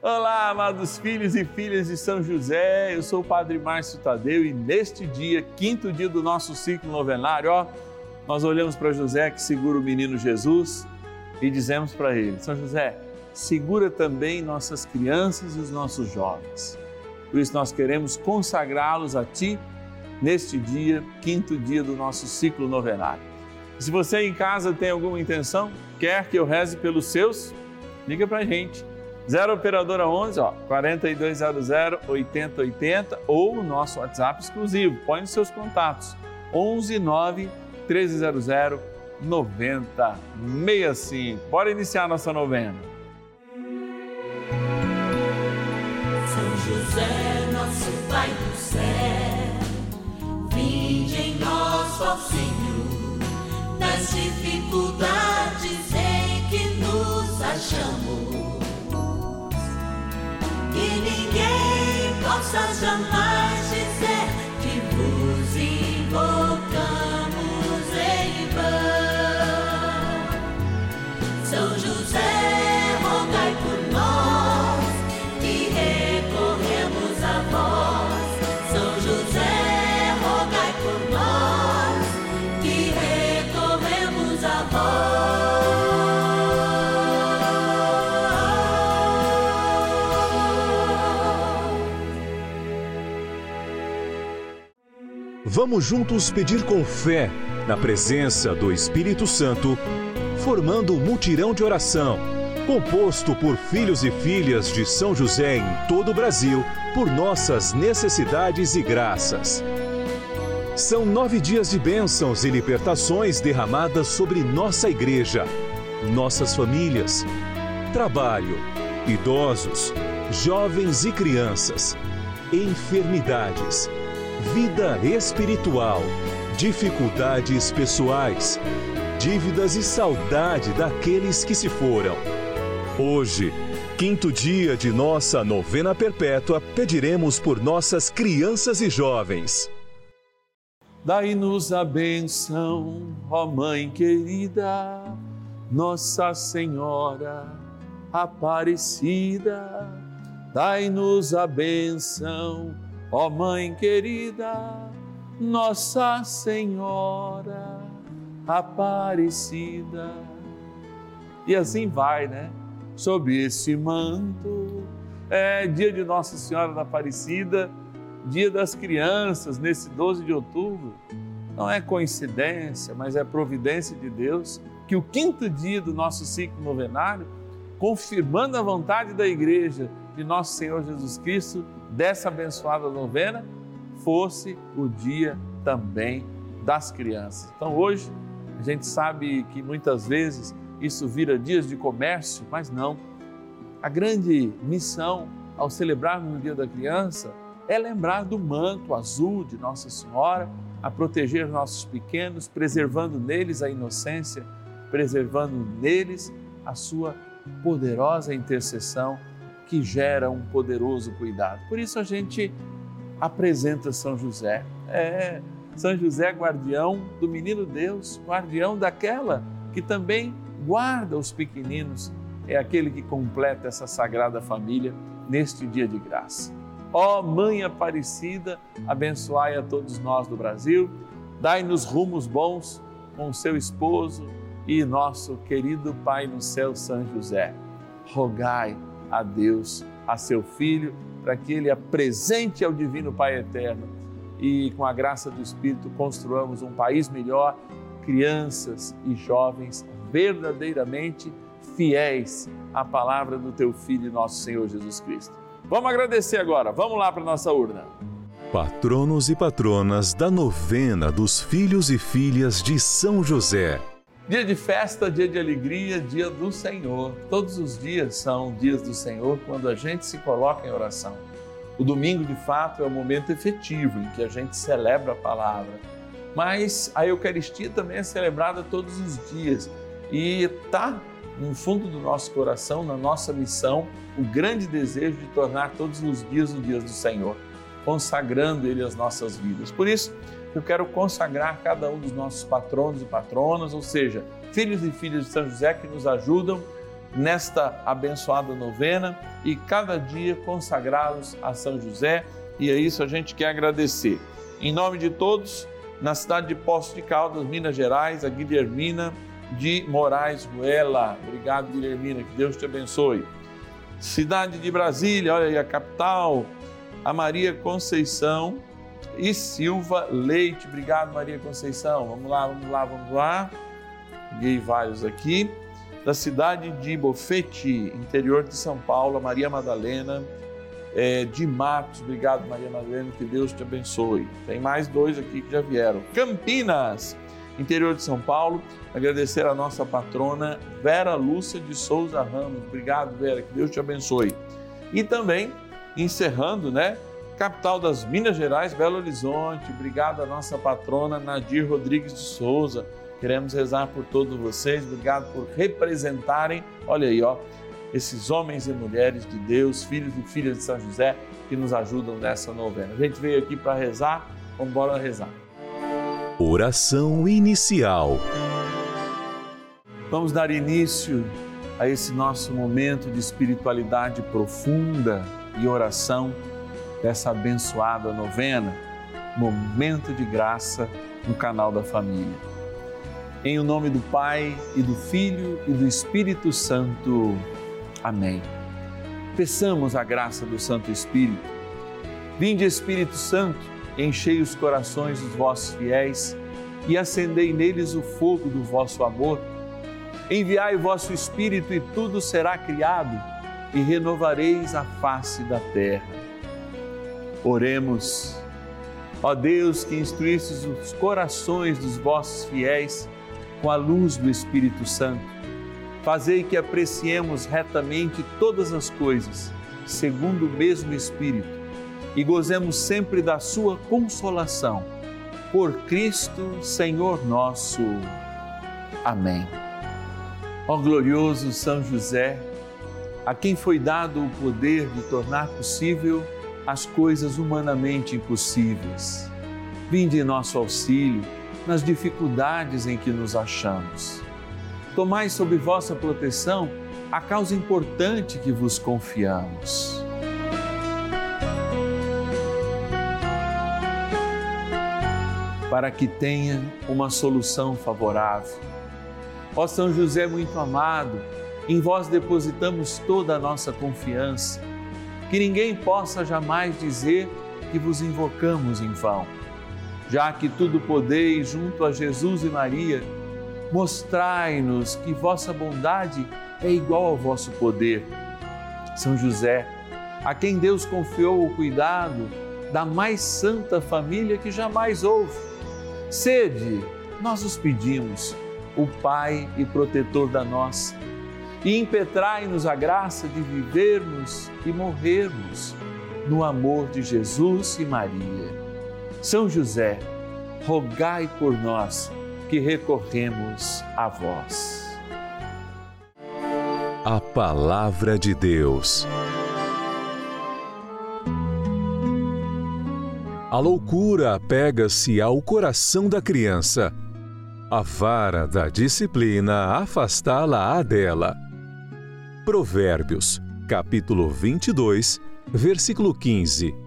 Olá, amados filhos e filhas de São José, eu sou o Padre Márcio Tadeu e neste dia, quinto dia do nosso ciclo novenário, nós olhamos para José que segura o menino Jesus e dizemos para ele: São José, segura também nossas crianças e os nossos jovens. Por isso nós queremos consagrá-los a Ti neste dia, quinto dia do nosso ciclo novenário. Se você em casa tem alguma intenção, quer que eu reze pelos seus, liga para a gente. 0 Operadora 11, 4200 8080 ou o nosso WhatsApp exclusivo. Põe nos seus contatos, 11 9 1300 9065. Bora iniciar nossa novena. São José, nosso Pai do céu, vinde em nós, ó Senhor, nas dificuldades em que nos achamos. Que ninguém possa jamais dizer que vos invocamos em vão. São José, rogai por nós, que recorremos a vós. São José, rogai por nós, que recorremos a vós. Vamos juntos pedir com fé, na presença do Espírito Santo, formando um mutirão de oração, composto por filhos e filhas de São José em todo o Brasil, por nossas necessidades e graças. São 9 dias de bênçãos e libertações derramadas sobre nossa igreja, nossas famílias, trabalho, idosos, jovens e crianças, enfermidades, vida espiritual, dificuldades pessoais, dívidas e saudade daqueles que se foram. Hoje, quinto dia de nossa novena perpétua, pediremos por nossas crianças e jovens. Dai-nos a bênção, ó Mãe querida, Nossa Senhora Aparecida. Dai-nos a bênção, ó Mãe querida, Nossa Senhora Aparecida. E assim vai, né? Sob esse manto, é dia de Nossa Senhora da Aparecida, dia das crianças, nesse 12 de outubro. Não é coincidência, mas é providência de Deus, que o quinto dia do nosso ciclo novenário, confirmando a vontade da Igreja de Nosso Senhor Jesus Cristo, dessa abençoada novena, fosse o dia também das crianças. Então hoje a gente sabe que muitas vezes isso vira dias de comércio, mas não. A grande missão ao celebrarmos o Dia da Criança é lembrar do manto azul de Nossa Senhora, a proteger nossos pequenos, preservando neles a inocência, preservando neles a sua poderosa intercessão que gera um poderoso cuidado. Por isso a gente apresenta São José. São José, guardião do menino Deus, guardião daquela que também guarda os pequeninos, é aquele que completa essa sagrada família neste dia de graça. Ó Mãe Aparecida, abençoai a todos nós do Brasil, dai-nos rumos bons com o seu esposo e nosso querido Pai no céu, São José. Rogai a Deus, a seu Filho, para que Ele apresente ao Divino Pai Eterno e com a graça do Espírito construamos um país melhor, crianças e jovens verdadeiramente fiéis à palavra do Teu Filho, nosso Senhor Jesus Cristo. Vamos agradecer agora, vamos lá para a nossa urna. Patronos e patronas da novena dos filhos e filhas de São José. Dia de festa, dia de alegria, dia do Senhor. Todos os dias são dias do Senhor quando a gente se coloca em oração. O domingo, de fato, é o momento efetivo em que a gente celebra a palavra. Mas a Eucaristia também é celebrada todos os dias. E está no fundo do nosso coração, na nossa missão, o grande desejo de tornar todos os dias do Senhor, consagrando Ele as nossas vidas. Por isso, eu quero consagrar cada um dos nossos patronos e patronas, ou seja, filhos e filhas de São José que nos ajudam nesta abençoada novena e cada dia consagrá-los a São José, e a isso a gente quer agradecer. Em nome de todos, na cidade de Poços de Caldas, Minas Gerais, a Guilhermina de Moraes Ruela. Obrigado, Guilhermina, que Deus te abençoe. Cidade de Brasília, olha aí a capital, a Maria Conceição e Silva Leite. Obrigado, Maria Conceição. Vamos lá. Peguei vários aqui. Da cidade de Bofete, interior de São Paulo, Maria Madalena de Matos. Obrigado, Maria Madalena, que Deus te abençoe. Tem mais 2 aqui que já vieram. Campinas, interior de São Paulo, agradecer a nossa patrona Vera Lúcia de Souza Ramos. Obrigado, Vera, que Deus te abençoe. E também, encerrando, capital das Minas Gerais, Belo Horizonte. Obrigado à nossa patrona Nadir Rodrigues de Souza. Queremos rezar por todos vocês, obrigado por representarem, olha aí, esses homens e mulheres de Deus, filhos e filhas de São José, que nos ajudam nessa novena. A gente veio aqui para rezar, vamos embora rezar. Oração inicial. Vamos dar início a esse nosso momento de espiritualidade profunda e oração dessa abençoada novena, momento de graça no canal da família. Em o nome do Pai, e do Filho, e do Espírito Santo. Amém. Peçamos a graça do Santo Espírito. Vinde, Espírito Santo, enchei os corações dos vossos fiéis e acendei neles o fogo do vosso amor. Enviai o vosso Espírito e tudo será criado e renovareis a face da terra. Oremos. Ó Deus, que instruístes os corações dos vossos fiéis com a luz do Espírito Santo, fazei que apreciemos retamente todas as coisas, segundo o mesmo Espírito, e gozemos sempre da sua consolação. Por Cristo, Senhor nosso. Amém. Ó glorioso São José, a quem foi dado o poder de tornar possível as coisas humanamente impossíveis, vinde em nosso auxílio nas dificuldades em que nos achamos. Tomai sob vossa proteção a causa importante que vos confiamos. Para que tenha uma solução favorável. Ó São José muito amado, em vós depositamos toda a nossa confiança, que ninguém possa jamais dizer que vos invocamos em vão. Já que tudo podeis junto a Jesus e Maria, mostrai-nos que vossa bondade é igual ao vosso poder. São José, a quem Deus confiou o cuidado da mais santa família que jamais houve, sede, nós os pedimos, o Pai e protetor da nossa, e impetrai-nos a graça de vivermos e morrermos no amor de Jesus e Maria. São José, rogai por nós que recorremos a vós. A Palavra de Deus. A loucura apega-se ao coração da criança. A vara da disciplina afastá-la-á dela. Provérbios, capítulo 22, versículo 15.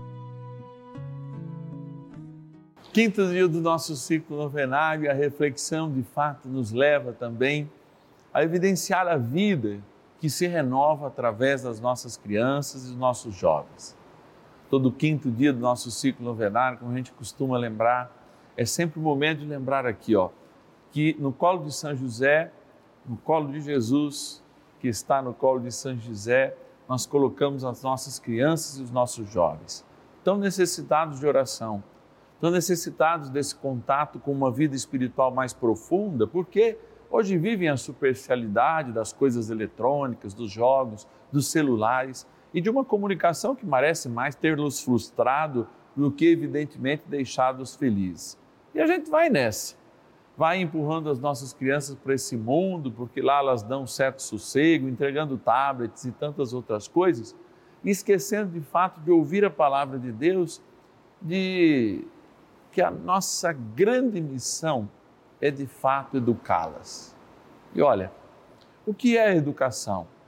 Quinto dia do nosso ciclo novenário, a reflexão de fato nos leva também a evidenciar a vida que se renova através das nossas crianças e dos nossos jovens. Todo quinto dia do nosso ciclo novenário, como a gente costuma lembrar, é sempre o momento de lembrar aqui, que no colo de São José, no colo de Jesus, que está no colo de São José, nós colocamos as nossas crianças e os nossos jovens, tão necessitados de oração, tão necessitados desse contato com uma vida espiritual mais profunda, porque hoje vivem a superficialidade das coisas eletrônicas, dos jogos, dos celulares e de uma comunicação que parece mais ter-los frustrado do que, evidentemente, deixá-los felizes. E a gente vai nessa, vai empurrando as nossas crianças para esse mundo, porque lá elas dão um certo sossego, entregando tablets e tantas outras coisas, e esquecendo de fato de ouvir a palavra de Deus, de que a nossa grande missão é de fato educá-las. E olha, o que é a educação?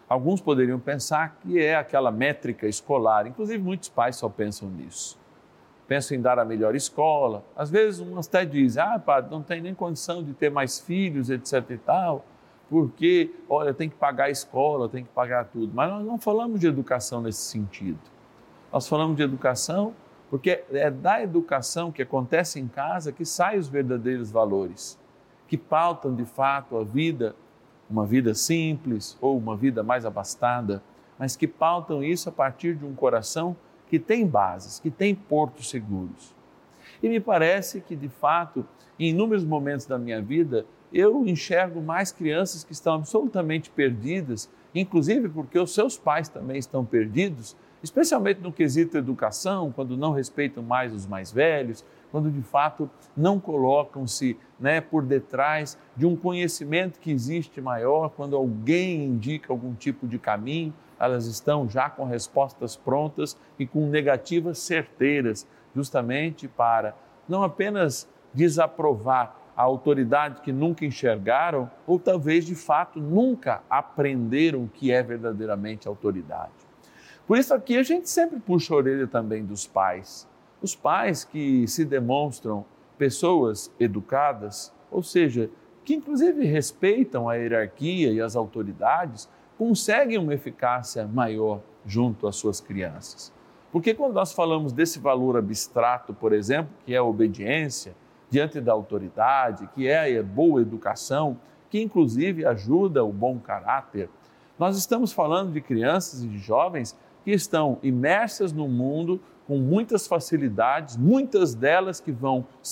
Alguns poderiam pensar que é aquela métrica escolar, inclusive muitos pais só pensam nisso. Pensam em dar a melhor escola, às vezes umas até dizem, padre, não tem nem condição de ter mais filhos, etc e tal, porque, olha, tem que pagar a escola, tem que pagar tudo. Mas nós não falamos de educação nesse sentido. Nós falamos de educação porque é da educação que acontece em casa que saem os verdadeiros valores, que pautam de fato a vida, uma vida simples ou uma vida mais abastada, mas que pautam isso a partir de um coração que tem bases, que tem portos seguros. E me parece que, de fato, em inúmeros momentos da minha vida, eu enxergo mais crianças que estão absolutamente perdidas, inclusive porque os seus pais também estão perdidos, especialmente no quesito educação, quando não respeitam mais os mais velhos, quando de fato não colocam-se por detrás de um conhecimento que existe maior, quando alguém indica algum tipo de caminho, elas estão já com respostas prontas e com negativas certeiras, justamente para não apenas desaprovar a autoridade que nunca enxergaram, ou talvez de fato nunca aprenderam o que é verdadeiramente autoridade. Por isso aqui a gente sempre puxa a orelha também dos pais. Os pais que se demonstram pessoas educadas, ou seja, que inclusive respeitam a hierarquia e as autoridades, conseguem uma eficácia maior junto às suas crianças. Porque quando nós falamos desse valor abstrato, por exemplo, que é a obediência diante da autoridade, que é a boa educação, que inclusive ajuda o bom caráter, nós estamos falando de crianças e de jovens que estão imersas no mundo com muitas facilidades, muitas delas que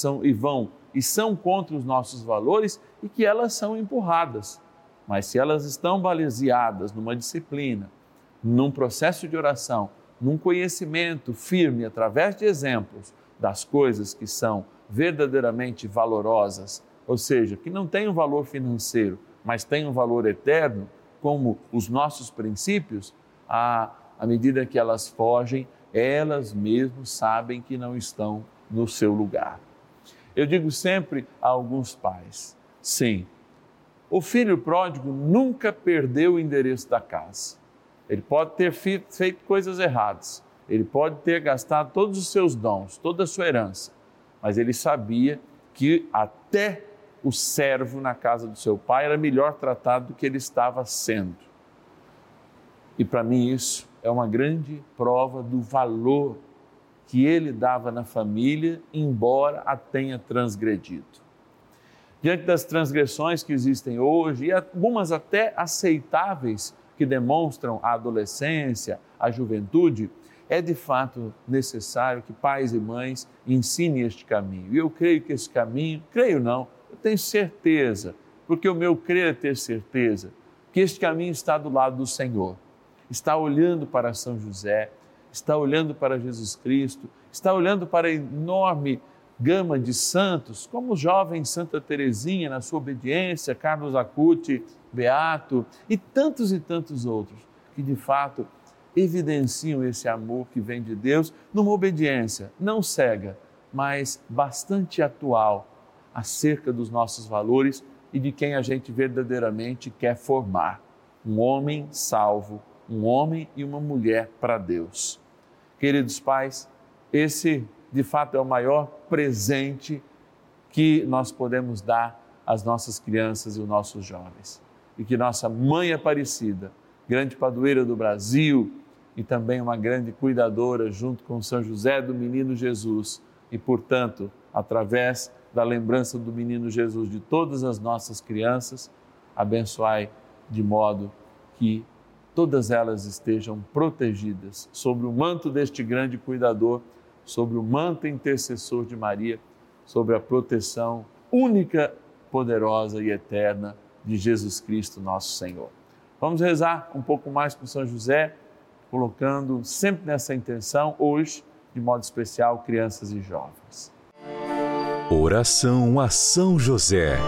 são contra os nossos valores e que elas são empurradas. Mas se elas estão baseadas numa disciplina, num processo de oração, num conhecimento firme através de exemplos das coisas que são verdadeiramente valorosas, ou seja, que não têm um valor financeiro, mas têm um valor eterno, como os nossos princípios, à medida que elas fogem, elas mesmas sabem que não estão no seu lugar. Eu digo sempre a alguns pais, sim, o filho pródigo nunca perdeu o endereço da casa. Ele pode ter feito coisas erradas, ele pode ter gastado todos os seus dons, toda a sua herança, mas ele sabia que até o servo na casa do seu pai era melhor tratado do que ele estava sendo. E para mim isso é uma grande prova do valor que ele dava na família, embora a tenha transgredido. Diante das transgressões que existem hoje, e algumas até aceitáveis, que demonstram a adolescência, a juventude, é de fato necessário que pais e mães ensinem este caminho. E eu creio que esse caminho, creio não, eu tenho certeza, porque o meu crer é ter certeza, que este caminho está do lado do Senhor. Está olhando para São José, está olhando para Jesus Cristo, está olhando para a enorme gama de santos, como o jovem Santa Teresinha na sua obediência, Carlos Acuti, Beato e tantos outros, que de fato evidenciam esse amor que vem de Deus numa obediência não cega, mas bastante atual acerca dos nossos valores e de quem a gente verdadeiramente quer formar. Um homem salvo, um homem e uma mulher para Deus. Queridos pais, esse de fato é o maior presente que nós podemos dar às nossas crianças e aos nossos jovens. E que nossa Mãe Aparecida, grande padroeira do Brasil e também uma grande cuidadora junto com São José do Menino Jesus e, portanto, através da lembrança do Menino Jesus de todas as nossas crianças, abençoai de modo que todas elas estejam protegidas sob o manto deste grande cuidador, sobre o manto intercessor de Maria, sobre a proteção única, poderosa e eterna de Jesus Cristo, nosso Senhor. Vamos rezar um pouco mais com São José, colocando sempre nessa intenção, hoje, de modo especial, crianças e jovens. Oração a São José.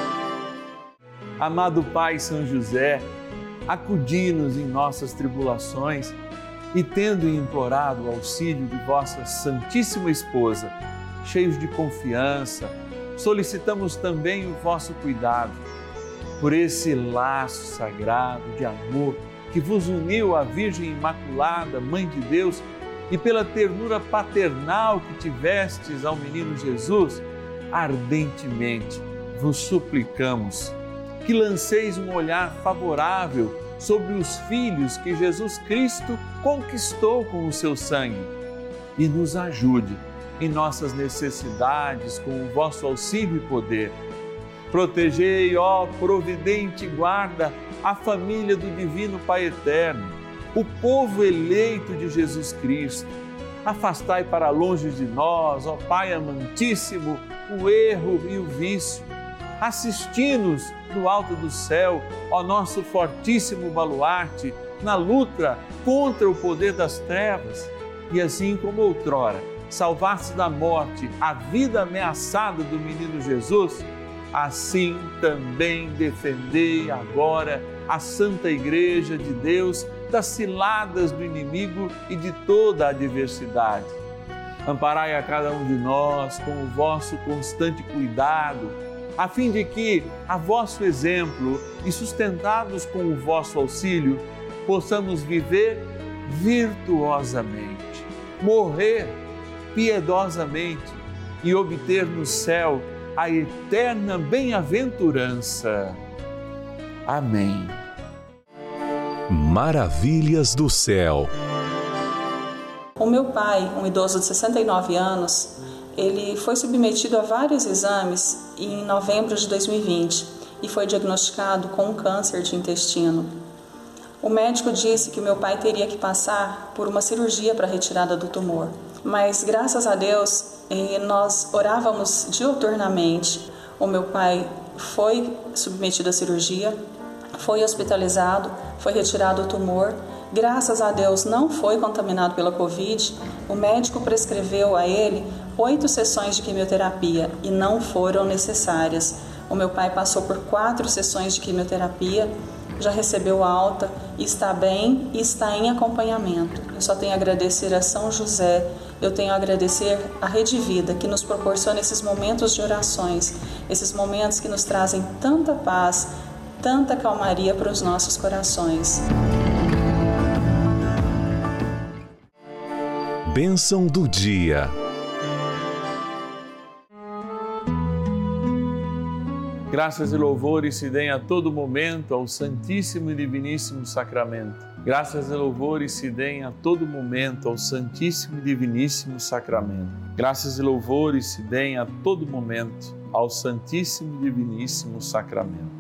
Amado Pai São José, acudi-nos em nossas tribulações e, tendo implorado o auxílio de vossa Santíssima Esposa, cheios de confiança, solicitamos também o vosso cuidado. Por esse laço sagrado de amor que vos uniu à Virgem Imaculada, Mãe de Deus, e pela ternura paternal que tivestes ao menino Jesus, ardentemente vos suplicamos que lanceis um olhar favorável sobre os filhos que Jesus Cristo conquistou com o seu sangue e nos ajude em nossas necessidades com o vosso auxílio e poder. Protegei, ó providente guarda, a família do Divino Pai Eterno, o povo eleito de Jesus Cristo. Afastai para longe de nós, ó Pai amantíssimo, o erro e o vício. Assisti-nos do alto do céu, ó nosso fortíssimo baluarte, na luta contra o poder das trevas. E assim como outrora salvaste da morte a vida ameaçada do menino Jesus, assim também defendei agora a Santa Igreja de Deus das ciladas do inimigo e de toda a adversidade. Amparai a cada um de nós com o vosso constante cuidado, a fim de que, a vosso exemplo e sustentados com o vosso auxílio, possamos viver virtuosamente, morrer piedosamente e obter no céu a eterna bem-aventurança. Amém. Maravilhas do céu. O meu pai, um idoso de 69 anos, ele foi submetido a vários exames em novembro de 2020 e foi diagnosticado com um câncer de intestino. O médico disse que o meu pai teria que passar por uma cirurgia para a retirada do tumor. Mas, graças a Deus, nós orávamos diuturnamente. O meu pai foi submetido à cirurgia, foi hospitalizado, foi retirado o tumor. Graças a Deus, não foi contaminado pela Covid. O médico prescreveu a ele 8 sessões de quimioterapia e não foram necessárias. O meu pai passou por 4 sessões de quimioterapia, já recebeu alta, está bem e está em acompanhamento. Eu só tenho a agradecer a São José, eu tenho a agradecer a Rede Vida, que nos proporciona esses momentos de orações, esses momentos que nos trazem tanta paz, tanta calmaria para os nossos corações. Bênção do dia. Graças e louvores se deem a todo momento ao Santíssimo e Diviníssimo Sacramento. Graças e louvores se deem a todo momento ao Santíssimo e Diviníssimo Sacramento. Graças e louvores se deem a todo momento ao Santíssimo e Diviníssimo Sacramento.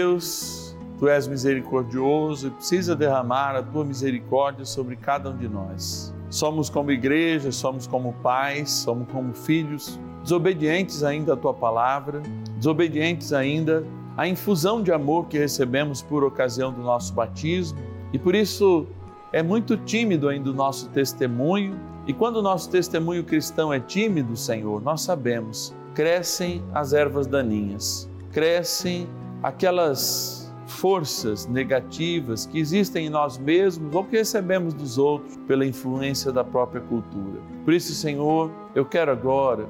Deus, Tu és misericordioso e precisa derramar a Tua misericórdia sobre cada um de nós. Somos como igreja, somos como pais, somos como filhos, desobedientes ainda à Tua palavra, desobedientes ainda à infusão de amor que recebemos por ocasião do nosso batismo, e por isso é muito tímido ainda o nosso testemunho, e quando o nosso testemunho cristão é tímido, Senhor, nós sabemos, crescem as ervas daninhas, crescem aquelas forças negativas que existem em nós mesmos ou que recebemos dos outros pela influência da própria cultura. Por isso, Senhor, eu quero agora,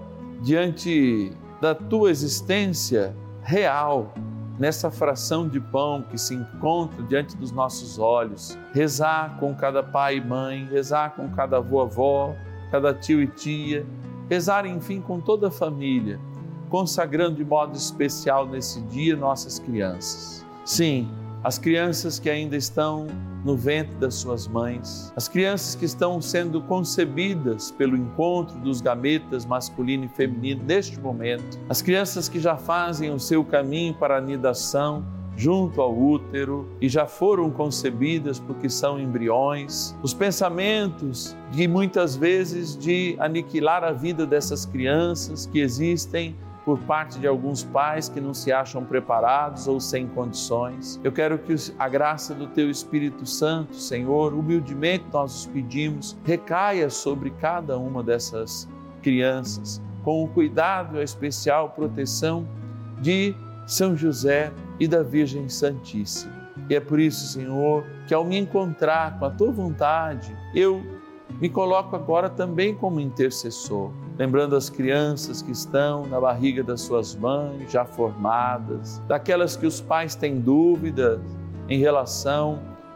diante da Tua existência real, nessa fração de pão que se encontra diante dos nossos olhos, rezar com cada pai e mãe, rezar com cada avô, avó, cada tio e tia, rezar, enfim, com toda a família, consagrando de modo especial nesse dia nossas crianças. Sim, as crianças que ainda estão no ventre das suas mães, as crianças que estão sendo concebidas pelo encontro dos gametas masculino e feminino neste momento, as crianças que já fazem o seu caminho para a anidação junto ao útero e já foram concebidas porque são embriões, os pensamentos de muitas vezes de aniquilar a vida dessas crianças que existem por parte de alguns pais que não se acham preparados ou sem condições. Eu quero que a graça do Teu Espírito Santo, Senhor, humildemente nós os pedimos, recaia sobre cada uma dessas crianças, com o cuidado e a especial proteção de São José e da Virgem Santíssima. E é por isso, Senhor, que ao me encontrar com a Tua vontade, eu me coloco agora também como intercessor, lembrando as crianças que estão na barriga das suas mães, já formadas, daquelas que os pais têm dúvidas em relação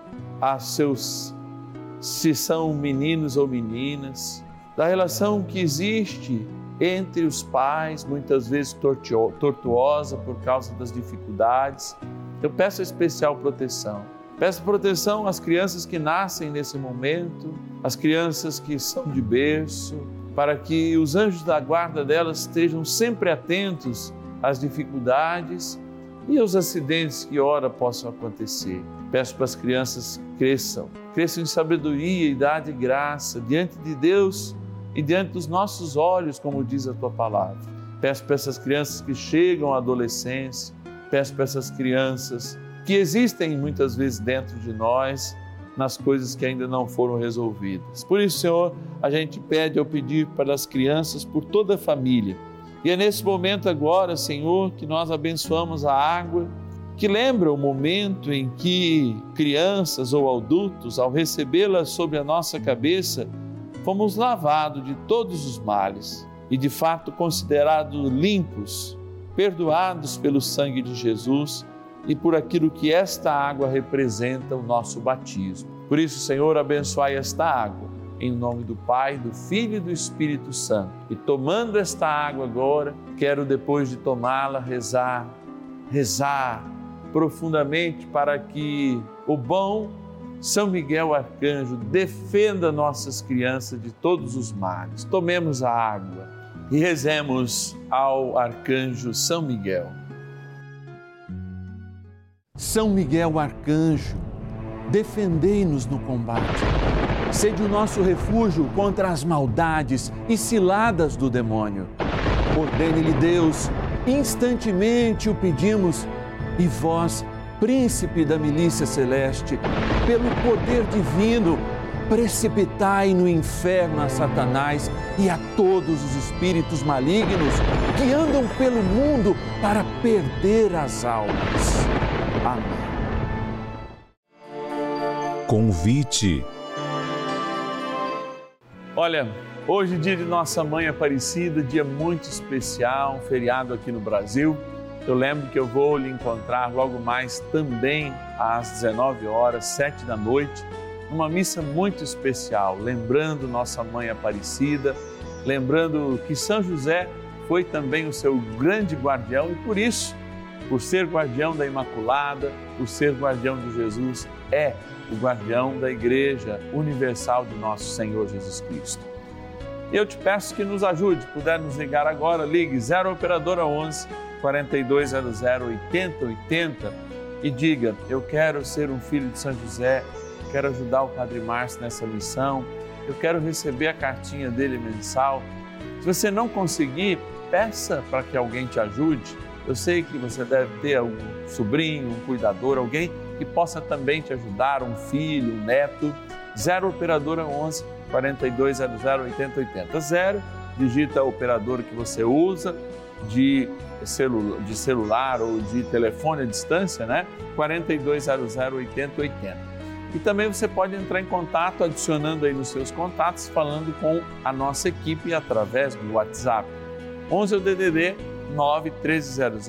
se são meninos ou meninas, da relação que existe entre os pais, muitas vezes tortuosa por causa das dificuldades. Eu peço especial proteção. Peço proteção às crianças que nascem nesse momento, às crianças que são de berço, para que os anjos da guarda delas estejam sempre atentos às dificuldades e aos acidentes que ora possam acontecer. Peço para as crianças cresçam em sabedoria, idade e graça diante de Deus e diante dos nossos olhos, como diz a Tua Palavra. Peço para essas crianças que chegam à adolescência, peço para essas crianças que existem muitas vezes dentro de nós, nas coisas que ainda não foram resolvidas. Por isso, Senhor, a gente pede ao pedir para as crianças, por toda a família. E é nesse momento agora, Senhor, que nós abençoamos a água, que lembra o momento em que crianças ou adultos, ao recebê-la sobre a nossa cabeça, fomos lavados de todos os males e, de fato, considerados limpos, perdoados pelo sangue de Jesus e por aquilo que esta água representa, o nosso batismo. Por isso, Senhor, abençoai esta água, em nome do Pai, do Filho e do Espírito Santo. E tomando esta água agora, quero, depois de tomá-la, rezar profundamente para que o bom São Miguel Arcanjo defenda nossas crianças de todos os males. Tomemos a água e rezemos ao Arcanjo São Miguel. São Miguel Arcanjo, defendei-nos no combate. Sede o nosso refúgio contra as maldades e ciladas do demônio. Ordene-lhe Deus, instantemente o pedimos, e vós, príncipe da milícia celeste, pelo poder divino, precipitai no inferno a Satanás e a todos os espíritos malignos que andam pelo mundo para perder as almas. Amém. Convite. Olha, hoje, dia de Nossa Mãe Aparecida, dia muito especial, um feriado aqui no Brasil. Eu lembro que eu vou lhe encontrar logo mais também às 19 horas, 7 da noite, numa missa muito especial, lembrando Nossa Mãe Aparecida, lembrando que São José foi também o seu grande guardião e por isso, por ser guardião da Imaculada, por ser guardião de Jesus, é o guardião da Igreja Universal de nosso Senhor Jesus Cristo. Eu te peço que nos ajude, puder nos ligar agora, ligue 0 Operadora 11 4200 8080 e diga, eu quero ser um filho de São José, quero ajudar o Padre Márcio nessa missão, eu quero receber a cartinha dele mensal. Se você não conseguir, peça para que alguém te ajude. Eu sei que você deve ter um sobrinho, um cuidador, alguém que possa também te ajudar, um filho, um neto. 0 Operadora 11 4200 8080. 0, digita a operadora que você usa de celular ou de telefone à distância, né? 4200 8080. E também você pode entrar em contato adicionando aí nos seus contatos, falando com a nossa equipe através do WhatsApp. 11 é o DDD 9 1300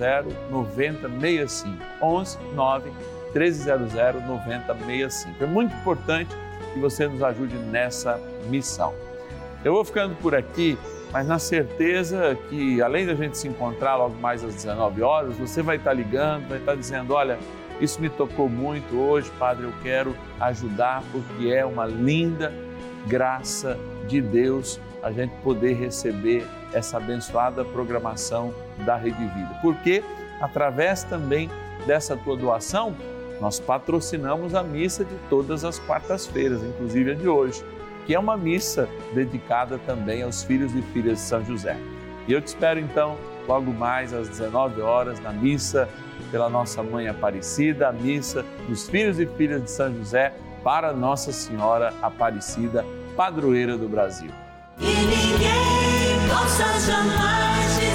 9065. 11 9 1300 9065. É muito importante que você nos ajude nessa missão. Eu vou ficando por aqui, mas na certeza que, além da gente se encontrar logo mais às 19 horas, você vai estar ligando, vai estar dizendo, olha, isso me tocou muito hoje, Padre, eu quero ajudar, porque é uma linda graça de Deus a gente poder receber essa abençoada programação da Rede Vida. Porque, através também dessa tua doação, nós patrocinamos a missa de todas as quartas-feiras, inclusive a de hoje, que é uma missa dedicada também aos filhos e filhas de São José. E eu te espero então, logo mais às 19 horas, na missa pela Nossa Mãe Aparecida, a missa dos filhos e filhas de São José para Nossa Senhora Aparecida, padroeira do Brasil. E ninguém possa jamais